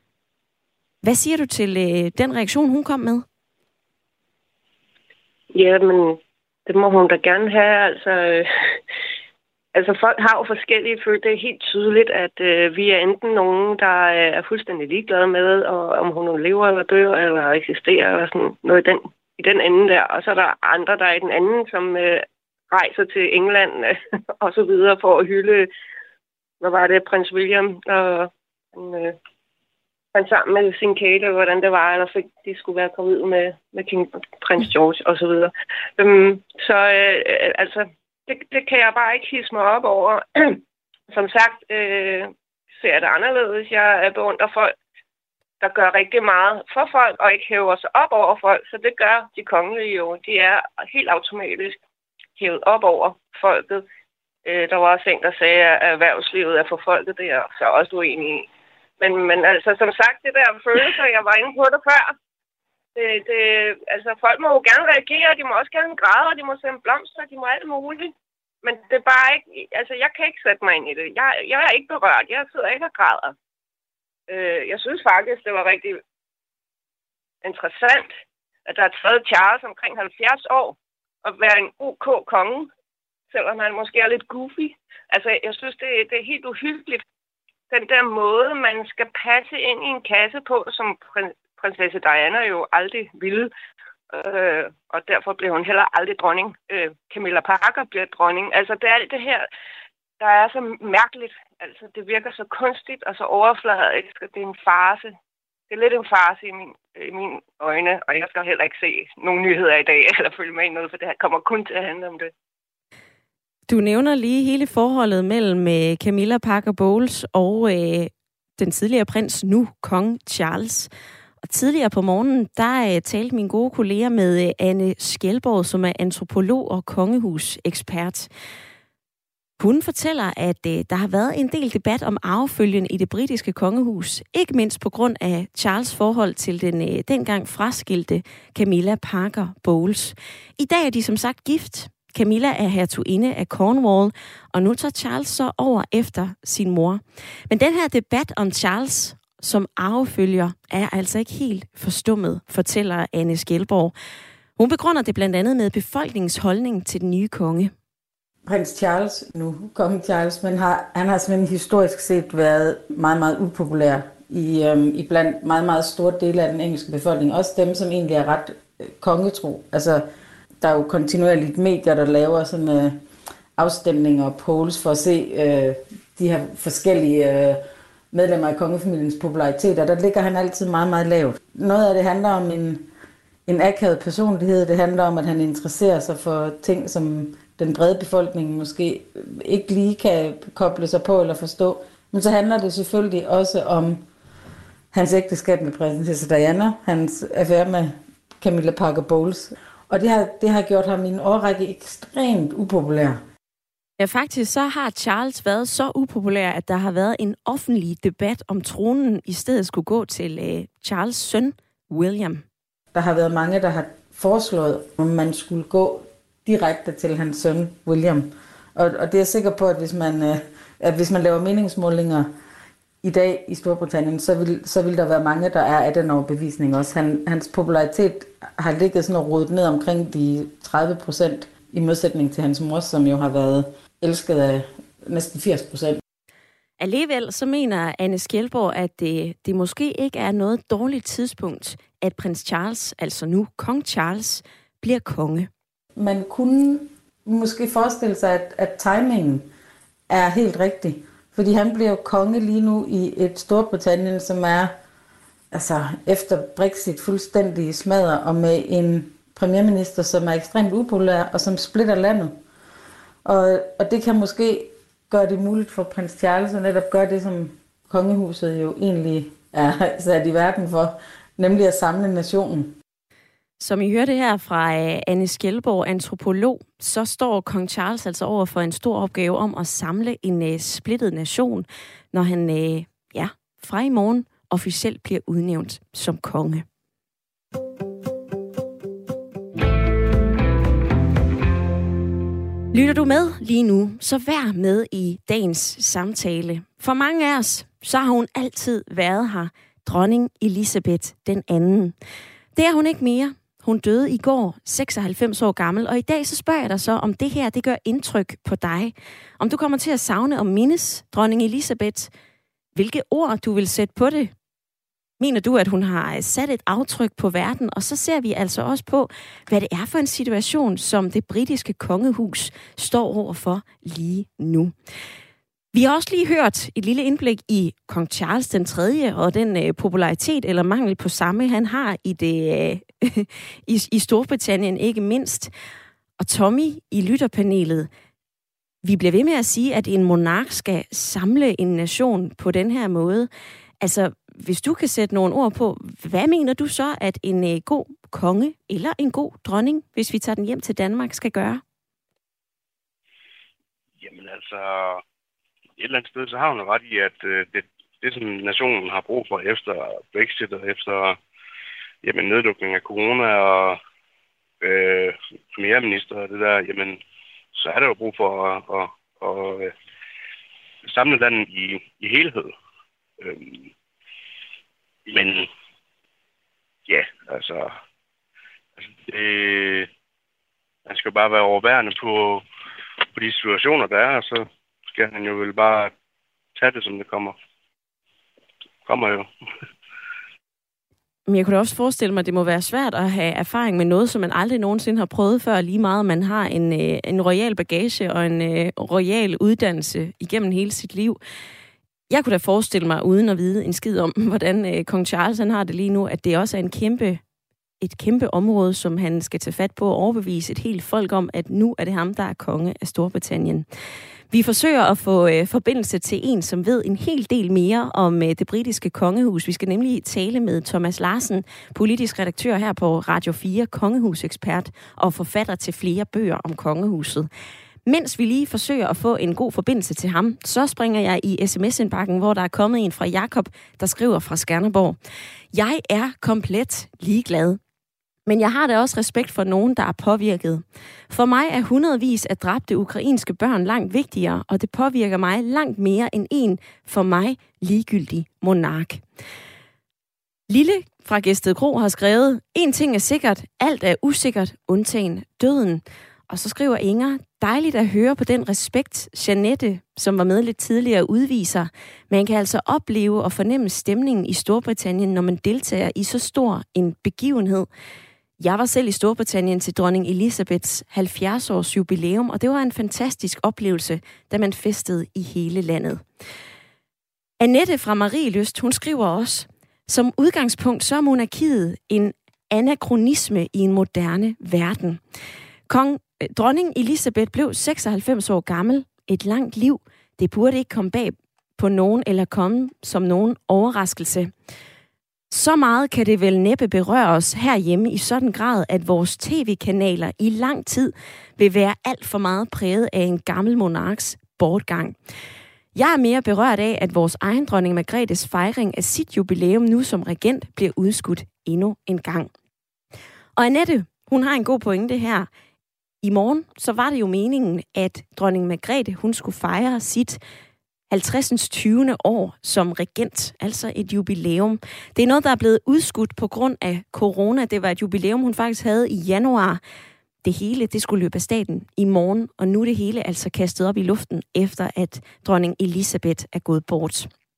Hvad siger du til den reaktion, hun kom med? Ja, men det må hun da gerne have, altså folk har jo forskellige følelser. Det er helt tydeligt, at vi er enten nogen, der er fuldstændig ligeglade med, og om hun lever eller dør, eller eksisterer, eller sådan noget i den ende der. Og så er der andre, der er i den anden, som rejser til England og så videre for at hylde, hvad var det, prins William, og han sammen med sin kæle, hvordan det var, eller fik de skulle være kommet ud med prins George og så videre. Det kan jeg bare ikke hisse mig op over. Som sagt, ser det anderledes. Jeg beundrer folk, der gør rigtig meget for folk, og ikke hæver sig op over folk. Så det gør de kongelige jo. De er helt automatisk hævet op over folket. Der var også en, der sagde, at erhvervslivet er for folket. Det er jeg så også uenig i. Men altså, som sagt, det der følelser, jeg var inde på det før. Altså, folk må jo gerne reagere, de må også gerne græde, og de må sende blomster, de må alt muligt. Men det er bare ikke, altså, jeg kan ikke sætte mig ind i det. Jeg er ikke berørt, jeg sidder ikke og græder. Jeg synes faktisk, det var rigtig interessant, at der er taget Charles omkring 70 år, og være en OK konge, selvom han måske er lidt goofy. Altså, jeg synes, det er helt uhyggeligt. Den der måde, man skal passe ind i en kasse på, som prinsesse Diana jo aldrig ville. Og derfor blev hun heller aldrig dronning. Camilla Parker bliver dronning. Altså, det er alt det her, der er så mærkeligt. Altså, det virker så kunstigt og så overfladisk, og det er en farce. Det er lidt en farce i mine øjne, og jeg skal heller ikke se nogen nyheder i dag, eller følge med i noget, for det kommer kun til at handle om det. Du nævner lige hele forholdet mellem Camilla Parker Bowles og den tidligere prins, nu kong Charles. Og tidligere på morgenen, der talte min gode kollega med Anne Skjelborg, som er antropolog og kongehusekspert. Hun fortæller, at der har været en del debat om arvefølgen i det britiske kongehus, ikke mindst på grund af Charles' forhold til den dengang fraskilte Camilla Parker Bowles. I dag er de som sagt gift. Camilla er hertuginde af Cornwall, og nu tager Charles så over efter sin mor. Men den her debat om Charles som arvefølger er altså ikke helt forstummet, fortæller Anne Skjelborg. Hun begrunder det blandt andet med befolkningens holdning til den nye konge. Prins Charles, nu konge Charles, men han har simpelthen historisk set været meget, meget upopulær i blandt meget, meget store dele af den engelske befolkning. Også dem, som egentlig er ret kongetro. Altså, der er jo kontinuerligt medier, der laver sådan afstemninger og polls for at se de her forskellige medlemmer af kongefamiliens popularitet, og der ligger han altid meget, meget lavt. Noget af det handler om en akavet personlighed. Det handler om, at han interesserer sig for ting, som den brede befolkning måske ikke lige kan koble sig på eller forstå. Men så handler det selvfølgelig også om hans ægteskab med prinsesse Diana, hans affære med Camilla Parker Bowles. Og det har gjort ham i en årrække ekstremt upopulær. Ja, faktisk så har Charles været så upopulær, at der har været en offentlig debat om tronen i stedet skulle gå til Charles' søn, William. Der har været mange, der har foreslået, om man skulle gå direkte til hans søn, William. Og det er jeg sikker på, at hvis man laver meningsmålinger i dag i Storbritannien, så vil der være mange, der er af den overbevisning også. Hans popularitet har ligget sådan og rodet ned omkring de 30%, i modsætning til hans mor, som jo har været elsket af næsten 80%. Alligevel så mener Anne Skjelborg, at det måske ikke er noget dårligt tidspunkt, at prins Charles, altså nu kong Charles, bliver konge. Man kunne måske forestille sig, at timingen er helt rigtig. Fordi han bliver jo konge lige nu i et Storbritannien, som er altså efter Brexit fuldstændig smadret, og med en premierminister, som er ekstremt upopulær og som splitter landet. Og det kan måske gøre det muligt for prins Charles at netop gøre det, som kongehuset jo egentlig er sat i verden for, nemlig at samle nationen. Som I hørte her fra Anne Skjelborg, antropolog, så står kong Charles altså over for en stor opgave om at samle en splittet nation, når han fra i morgen officielt bliver udnævnt som konge. Lytter du med lige nu, så vær med i dagens samtale. For mange af os, så har hun altid været her, dronning Elizabeth den anden. Det er hun ikke mere. Hun døde i går, 96 år gammel, og i dag så spørger jeg dig så, om det her det gør indtryk på dig. Om du kommer til at savne og mindes dronning Elizabeth. Hvilke ord du vil sætte på det? Mener du, at hun har sat et aftryk på verden? Og så ser vi altså også på, hvad det er for en situation, som det britiske kongehus står overfor lige nu. Vi har også lige hørt et lille indblik i kong Charles den 3. og den popularitet eller mangel på samme, han har i Storbritannien ikke mindst. Og Tommy i lytterpanelet, vi bliver ved med at sige, at en monark skal samle en nation på den her måde. Altså, hvis du kan sætte nogle ord på, hvad mener du så, at en god konge eller en god dronning, hvis vi tager den hjem til Danmark, skal gøre? Jamen altså, et eller andet sted, så har hun ret i, at det som nationen har brug for efter Brexit og efter nedlukning af corona og premierminister og det der, jamen, så er der jo brug for at samle landet i helhed. Men ja, altså man skal bare være overværende på de situationer, der er, så skal han jo vel bare tage det, som det kommer. Kommer jo. Men jeg kunne da også forestille mig, at det må være svært at have erfaring med noget, som man aldrig nogensinde har prøvet før, lige meget man har en royal bagage og en royal uddannelse igennem hele sit liv. Jeg kunne da forestille mig, uden at vide en skid om, hvordan kong Charles han har det lige nu, at det også er et kæmpe område, som han skal tage fat på og overbevise et helt folk om, at nu er det ham, der er konge af Storbritannien. Vi forsøger at få forbindelse til en, som ved en hel del mere om det britiske kongehus. Vi skal nemlig tale med Thomas Larsen, politisk redaktør her på Radio 4, kongehusekspert og forfatter til flere bøger om kongehuset. Mens vi lige forsøger at få en god forbindelse til ham, så springer jeg i sms-indbakken, hvor der er kommet en fra Jakob, der skriver fra Skanderborg. Jeg er komplet ligeglad. Men jeg har da også respekt for nogen, der er påvirket. For mig er hundredvis af dræbte ukrainske børn langt vigtigere, og det påvirker mig langt mere end en for mig ligegyldig monark. Lille fra Gæsted-Kro har skrevet, en ting er sikkert, alt er usikkert, undtagen døden. Og så skriver Inger, dejligt at høre på den respekt, Jeanette, som var med lidt tidligere, udviser. Man kan altså opleve og fornemme stemningen i Storbritannien, når man deltager i så stor en begivenhed. Jeg var selv i Storbritannien til dronning Elizabeths 70-års jubilæum, og det var en fantastisk oplevelse, da man festede i hele landet. Annette fra Marielyst, hun skriver også, som udgangspunkt så er monarkiet en anakronisme i en moderne verden. Dronning Elizabeth blev 96 år gammel, et langt liv. Det burde ikke komme bag på nogen eller komme som nogen overraskelse. Så meget kan det vel næppe berøre os herhjemme i sådan grad, at vores tv-kanaler i lang tid vil være alt for meget præget af en gammel monarks bortgang. Jeg er mere berørt af, at vores egen dronning Margrethes fejring af sit jubilæum nu som regent bliver udskudt endnu en gang. Og Annette, hun har en god pointe her. I morgen, så var det jo meningen, at dronning Margrethe, hun skulle fejre sit 50. 20. år som regent, altså et jubilæum. Det er noget, der er blevet udskudt på grund af corona. Det var et jubilæum, hun faktisk havde i januar. Det hele, det skulle løbe af staten i morgen, og nu er det hele altså kastet op i luften, efter at dronning Elizabeth er gået bort.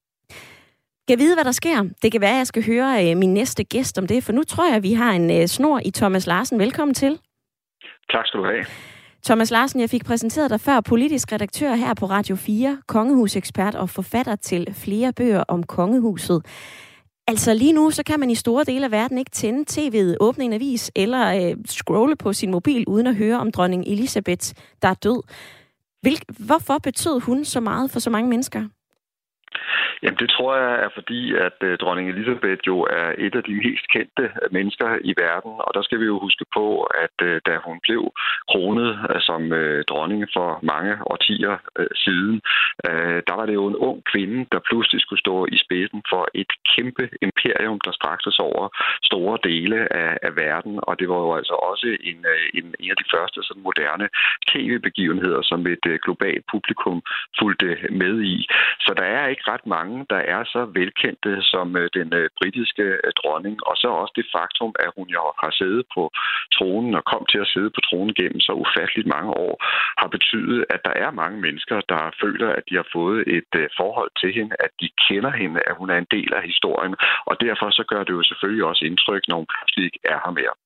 Kan vide, hvad der sker? Det kan være, at jeg skal høre min næste gæst om det, for nu tror jeg, at vi har en snor i Thomas Larsen. Velkommen til. Tak skal du have. Thomas Larsen, jeg fik præsenteret dig før, politisk redaktør her på Radio 4, kongehusekspert og forfatter til flere bøger om kongehuset. Altså lige nu, så kan man i store dele af verden ikke tænde tv'et, åbne en avis eller scrolle på sin mobil, uden at høre om dronning Elizabeth, der er død. Hvorfor betød hun så meget for så mange mennesker? Jamen det tror jeg er fordi, at dronning Elizabeth jo er et af de mest kendte mennesker i verden. Og der skal vi jo huske på, at da hun blev kronet som dronning for mange årtier siden, der var det jo en ung kvinde, der pludselig skulle stå i spidsen for et kæmpe imperium, der strakte sig over store dele af verden. Og det var jo altså også en af de første sådan moderne tv-begivenheder, som et globalt publikum fulgte med i. Så der er ikke ret mange, der er så velkendte som den britiske dronning, og så også det faktum, at hun jo har siddet på tronen og kom til at sidde på tronen gennem så ufatteligt mange år, har betydet, at der er mange mennesker, der føler, at de har fået et forhold til hende, at de kender hende, at hun er en del af historien, og derfor så gør det jo selvfølgelig også indtryk, når hun pludselig ikke er her mere.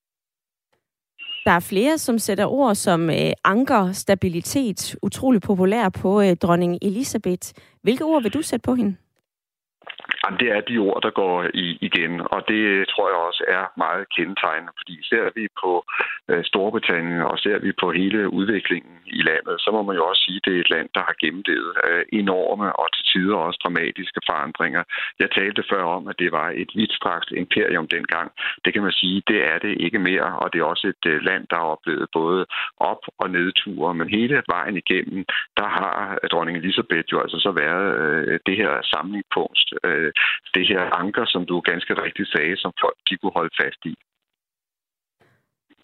Der er flere, som sætter ord som anker, stabilitet, utrolig populær på dronning Elizabeth. Hvilke ord vil du sætte på hende? Jamen, det er de ord, der går igen, og det tror jeg også er meget kendetegnende, fordi ser vi på Storbritannien og ser vi på hele udviklingen i landet, så må man jo også sige, at det er et land, der har gennemlevet enorme og til tider også dramatiske forandringer. Jeg talte før om, at det var et vidtstrakt imperium dengang. Det kan man sige, det er det ikke mere, og det er også et land, der har oplevet både op- og nedture, men hele vejen igennem, der har dronning Elizabeth jo altså så været det her samlingspunkt, det her anker, som du ganske rigtigt sagde, som folk de kunne holde fast i.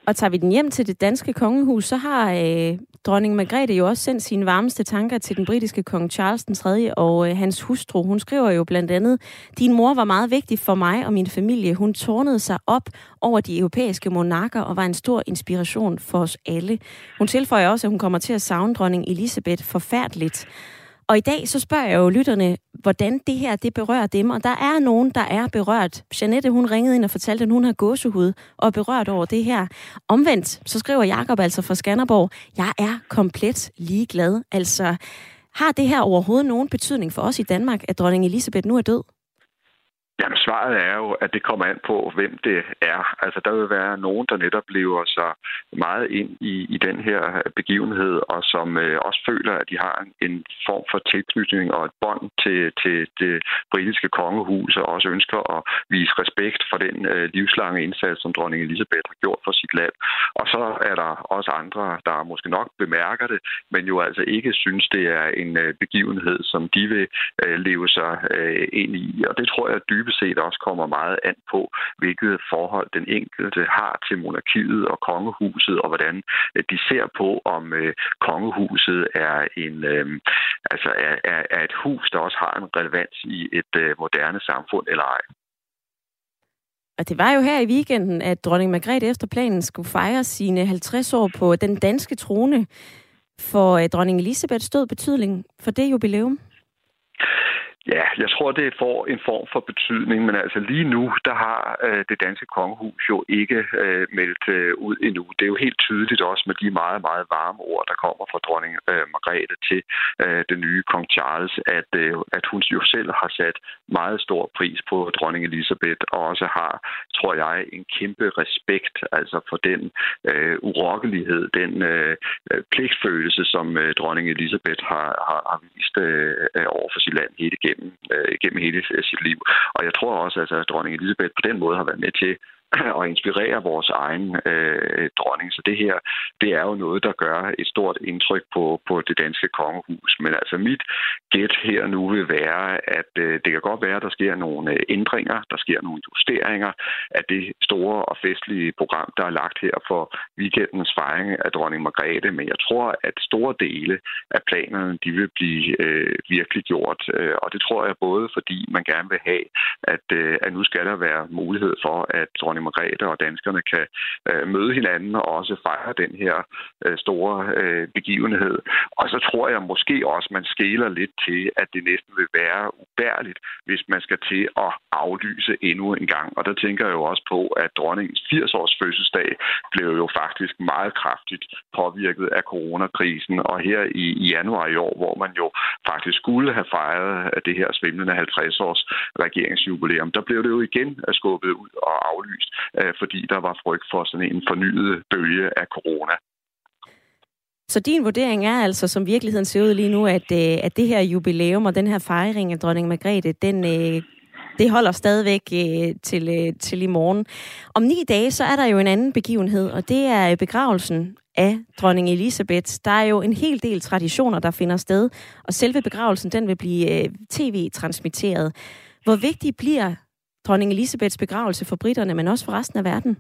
Og tager vi den hjem til det danske kongehus, så har dronning Margrethe jo også sendt sine varmeste tanker til den britiske kong Charles den 3. og hans hustru. Hun skriver jo blandt andet: "Din mor var meget vigtig for mig og min familie. Hun tårnede sig op over de europæiske monarker og var en stor inspiration for os alle." Hun tilføjer også, at hun kommer til at savne dronning Elizabeth forfærdeligt. Og i dag så spørger jeg jo lytterne, hvordan det her det berører dem. Og der er nogen, der er berørt. Jeanette, hun ringede ind og fortalte, at hun har gåsehud og er berørt over det her. Omvendt, så skriver Jakob altså fra Skanderborg: "Jeg er komplet ligeglad." Altså, har det her overhovedet nogen betydning for os i Danmark, at dronning Elizabeth nu er død? Jamen, svaret er jo, at det kommer an på, hvem det er. Altså, der vil være nogen, der netop lever sig meget ind i den her begivenhed, og som også føler, at de har en form for tilknytning og et bånd til det britiske kongehus, og også ønsker at vise respekt for den livslange indsats, som dronning Elizabeth har gjort for sit land. Og så er der også andre, der måske nok bemærker det, men jo altså ikke synes, det er en begivenhed, som de vil leve sig ind i. Og det tror jeg dybest set også kommer meget an på, hvilket forhold den enkelte har til monarkiet og kongehuset, og hvordan de ser på, om kongehuset er er et hus, der også har en relevans i et moderne samfund eller ej. Og det var jo her i weekenden, at dronning Margrethe efter planen skulle fejre sine 50 år på den danske trone. For dronning Elizabeth stod betydning for det jubilæum? Ja, jeg tror, det får en form for betydning, men altså lige nu, der har det danske kongehus jo ikke meldt ud endnu. Det er jo helt tydeligt også med de meget, meget varme ord, der kommer fra dronning Margrethe til den nye kong Charles, at hun jo selv har sat meget stor pris på dronning Elizabeth, og også har, tror jeg, en kæmpe respekt altså for den urokkelighed, den pligtfølelse, som dronning Elizabeth har vist over for sit land hele gennem hele sit liv. Og jeg tror også, at dronning Elizabeth på den måde har været med til at inspirere vores egen dronning. Så det her, det er jo noget, der gør et stort indtryk på det danske kongehus. Men altså mit gæt her nu vil være, at det kan godt være, at der sker nogle ændringer, der sker nogle justeringer af det store og festlige program, der er lagt her for weekendens fejring af dronning Margrethe. Men jeg tror, at store dele af planerne, de vil blive virkelig gjort. Og det tror jeg både, fordi man gerne vil have, at nu skal der være mulighed for, at dronning Margrethe og danskerne kan møde hinanden og også fejre den her store begivenhed. Og så tror jeg måske også, man skeler lidt til, at det næsten vil være ubærligt, hvis man skal til at aflyse endnu en gang. Og der tænker jeg jo også på, at dronningens 80-års fødselsdag blev jo faktisk meget kraftigt påvirket af coronakrisen. Og her i januar i år, hvor man jo faktisk skulle have fejret det her svimlende 50-års regeringsjubilæum, der blev det jo igen skubbet ud og aflyst, fordi der var frygt for sådan en fornyet bølge af corona. Så din vurdering er altså, som virkeligheden ser ud lige nu, at det her jubilæum og den her fejring af dronning Margrethe, det holder stadigvæk til i morgen. Om 9 dage, så er der jo en anden begivenhed, og det er begravelsen af dronning Elizabeth. Der er jo en hel del traditioner, der finder sted, og selve begravelsen, den vil blive tv-transmitteret. Hvor vigtig bliver dronning Elizabeths begravelse for briterne, men også for resten af verden?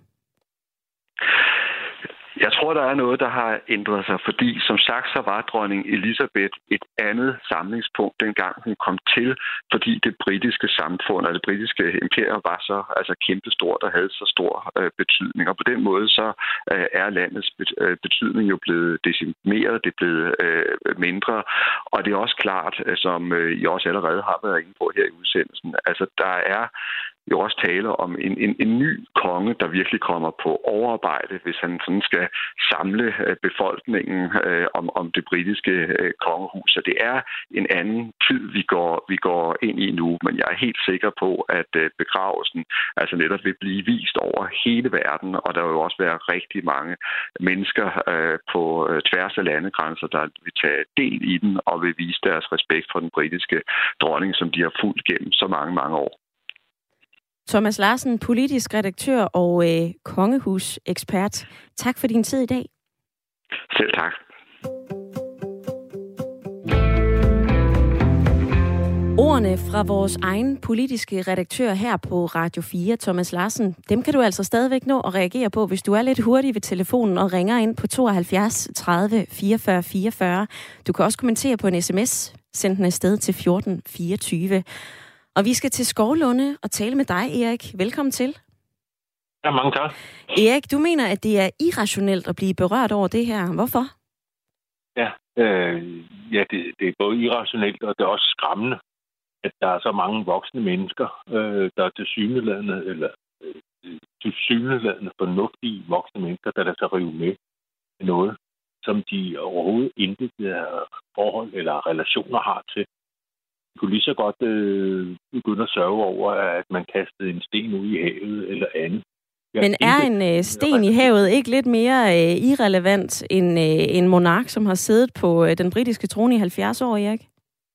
Jeg tror, der er noget, der har ændret sig, fordi som sagt, så var dronning Elizabeth et andet samlingspunkt, dengang hun kom til, fordi det britiske samfund og det britiske imperium var så kæmpestort og havde så stor betydning. Og på den måde så er landets betydning jo blevet decimeret, det er blevet mindre. Og det er også klart, som I også allerede har været inde på her i udsendelsen, altså der er jo også tale om en ny konge, der virkelig kommer på overarbejde, hvis han sådan skal samle befolkningen om det britiske kongehus. Så det er en anden tid, vi går ind i nu, men jeg er helt sikker på, at begravelsen altså netop vil blive vist over hele verden, og der vil jo også være rigtig mange mennesker på tværs af landegrænser, der vil tage del i den og vil vise deres respekt for den britiske dronning, som de har fulgt gennem så mange år. Thomas Larsen, politisk redaktør og kongehusekspert. Tak for din tid i dag. Selv tak. Ordene fra vores egen politiske redaktør her på Radio 4, Thomas Larsen, dem kan du altså stadigvæk nå at reagere på, hvis du er lidt hurtig ved telefonen og ringer ind på 72 30 44 44. Du kan også kommentere på en sms. Send den afsted til 14 24. Og vi skal til Skovlunde og tale med dig, Erik. Velkommen til. Ja, mange tak. Erik, du mener, at det er irrationelt at blive berørt over det her. Hvorfor? Ja, det er både irrationelt, og det er også skræmmende, at der er så mange voksne mennesker, der er tilsyneladende fornuftige voksne mennesker, der lader sig rive med noget, som de overhovedet intet forhold eller relationer har til. De kunne lige så godt begynde at sørge over, at man kastede en sten ud i havet eller andet. Men er en sten i havet ikke lidt mere irrelevant end en monark, som har siddet på den britiske trone i 70 år, Erik?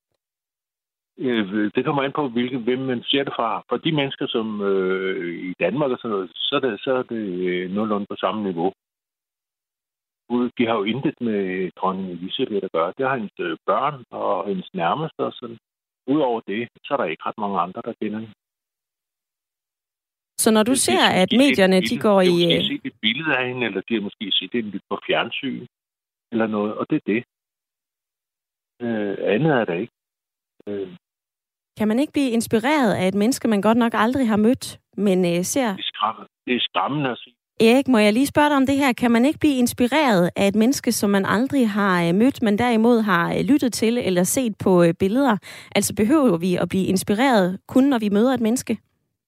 Det kommer an på, hvem man ser det fra. For de mennesker, som i Danmark og sådan noget, så er det nogenlunde på samme niveau. De har jo intet med dronning Elisabeth at gøre. Det har hendes børn og hendes nærmeste og sådan. Udover det, så er der ikke ret mange andre, der kender hende. Så når du ser, at medierne, de går i... De har måske set et billede af hende, eller de har måske set det lidt på fjernsyn, eller noget, og det er det. Andet er der ikke. Kan man ikke blive inspireret af et menneske, man godt nok aldrig har mødt, men ser... Det er skræmmende at se. Erik, må jeg lige spørge dig om det her? Kan man ikke blive inspireret af et menneske, som man aldrig har mødt, men derimod har lyttet til eller set på billeder? Altså behøver vi at blive inspireret kun, når vi møder et menneske?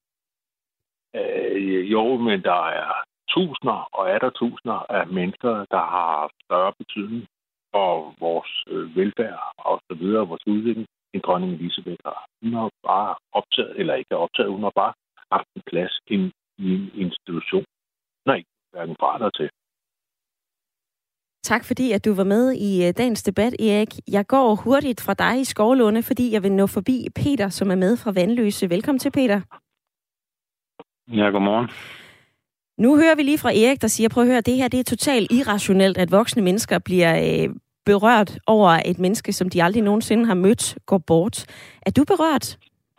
Jo, men der er tusinder og er der tusinder af mennesker, der har større betydning for vores velfærd og så videre, vores udvikling, end dronning Elisabeth har. Hun har bare optaget, eller ikke optaget, hun har bare haft en plads i en institution. Nej, hverken fra eller til. Tak fordi, at du var med i dagens debat, Erik. Jeg går hurtigt fra dig i Skovlunde, fordi jeg vil nå forbi Peter, som er med fra Vandløse. Velkommen til, Peter. Ja, godmorgen. Nu hører vi lige fra Erik, der siger, prøv at høre, det her det er totalt irrationelt, at voksne mennesker bliver berørt over et menneske, som de aldrig nogensinde har mødt, går bort. Er du berørt?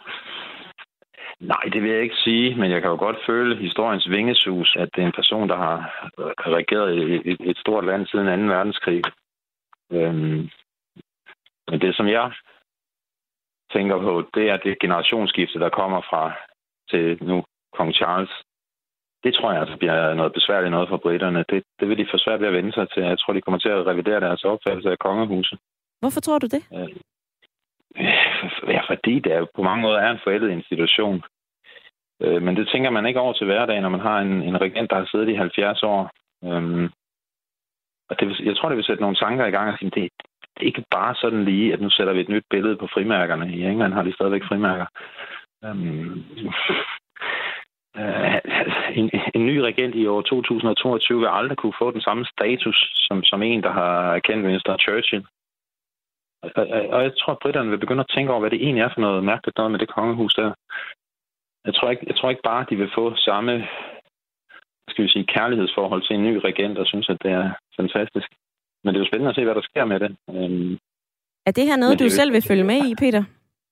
Nej, det vil jeg ikke sige, men jeg kan jo godt føle historiens vingesus, at det er en person, der har regeret et stort land siden 2. verdenskrig. Men det, som jeg tænker på, det er det generationsskifte, der kommer fra til nu kong Charles. Det tror jeg altså bliver noget besværligt noget for briterne. Det vil de få svært ved at vende sig til. Jeg tror, de kommer til at revidere deres opfattelse af kongehuset. Hvorfor tror du det? Ja, fordi det på mange måder er en forældet institution. Men det tænker man ikke over til hverdag, når man har en regent, der har siddet i 70 år. Og jeg tror, det vil sætte nogle tanker i gang og sige, det er ikke bare sådan lige, at nu sætter vi et nyt billede på frimærkerne. I England har de stadigvæk frimærker. En ny regent i år 2022 vil aldrig kunne få den samme status som en, der har kendt Winston Churchill. Og jeg tror, at britterne vil begynde at tænke over, hvad det egentlig er for noget mærkeligt noget med det kongehus der. Jeg tror ikke bare, at de vil få samme, skal vi sige, kærlighedsforhold til en ny regent, og synes, at det er fantastisk. Men det er jo spændende at se, hvad der sker med det. Er det her noget, du selv vil følge med i, Peter?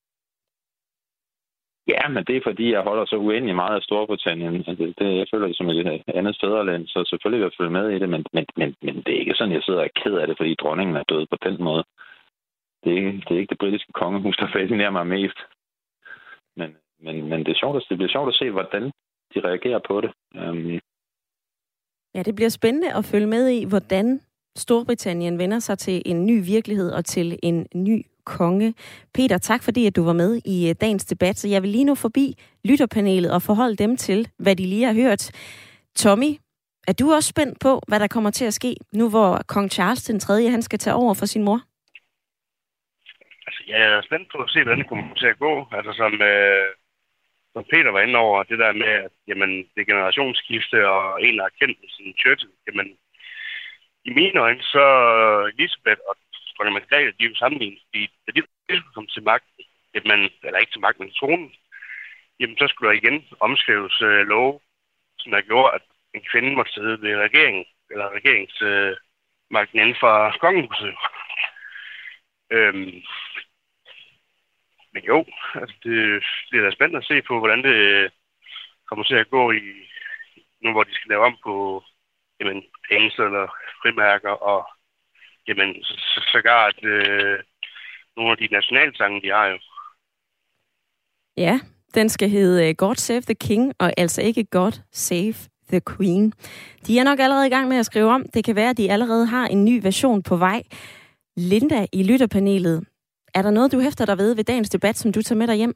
Ja, men det er fordi, jeg holder så uendelig meget af Storbritannien. Jeg føler det som et andet fædreland, så selvfølgelig vil jeg følge med i det, men det er ikke sådan, jeg sidder og er ked af det, fordi dronningen er død på den måde. Det er ikke det britiske kongehus, der fascinerer mig mest. Men det bliver sjovt at se, hvordan de reagerer på det. Ja, det bliver spændende at følge med i, hvordan Storbritannien vender sig til en ny virkelighed og til en ny konge. Peter, tak fordi, at du var med i dagens debat. Så jeg vil lige nu forbi lytterpanelet og forholde dem til, hvad de lige har hørt. Tommy, er du også spændt på, hvad der kommer til at ske, nu hvor kong Charles den 3. han skal tage over for sin mor? Altså, jeg er spændt på at se, hvordan det kommer til at gå. Altså, som Peter var inde over, det der med, at jamen, det er generationsskifte, og en har kendt sin Churchill. Jamen, i mine øjne, så Elisabeth og dronning Margrethe, de er jo sammenlignet. Da de kom til magten, eller ikke til magten, men til tronen, jamen, så skulle der igen omskrives love, som der gjorde, at en kvinde måtte sidde ved regeringen, eller regeringsmagten inden for kongehuset. Men jo, altså det er da spændende at se på, hvordan det kommer til at gå i nu, hvor de skal lave om på hængsel eller frimærker, og sågar at nogle af de nationalsange, de har jo. Ja, den skal hedde God Save the King, og altså ikke God Save the Queen. De er nok allerede i gang med at skrive om. Det kan være, at de allerede har en ny version på vej. Linda i lytterpanelet, er der noget, du hæfter dig ved dagens debat, som du tager med dig hjem?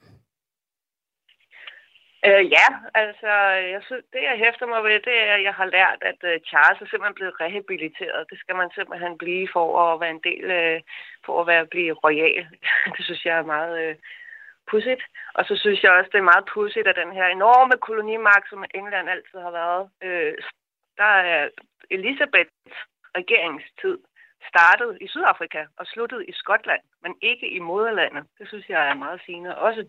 Ja, altså, jeg synes, det jeg hæfter mig ved, det er, at jeg har lært, at Charles er simpelthen blevet rehabiliteret. Det skal man simpelthen blive for at være en del, for at blive royal. Det synes jeg er meget pudsigt. Og så synes jeg også, det er meget pudsigt, at den her enorme kolonimagt, som England altid har været, der er Elizabeths regeringstid startede i Sydafrika og sluttede i Skotland, men ikke i moderlandet. Det synes jeg er meget sigende også.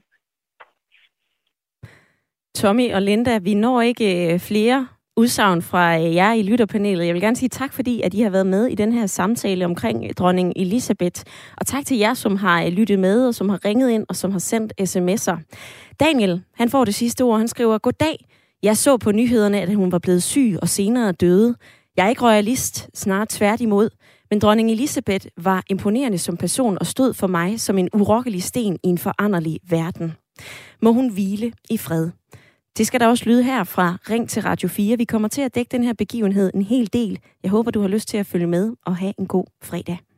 Tommy og Linda, vi når ikke flere udsagn fra jer i lytterpanelet. Jeg vil gerne sige tak, fordi at I har været med i den her samtale omkring dronning Elizabeth. Og tak til jer, som har lyttet med, og som har ringet ind, og som har sendt sms'er. Daniel, han får det sidste ord. Han skriver, goddag. Jeg så på nyhederne, at hun var blevet syg og senere døde. Jeg er ikke royalist, snarere tværtimod. Men dronning Elizabeth var imponerende som person og stod for mig som en urokkelig sten i en foranderlig verden. Må hun hvile i fred. Det skal der også lyde her fra Ring til Radio 4. Vi kommer til at dække den her begivenhed en hel del. Jeg håber, du har lyst til at følge med og have en god fredag.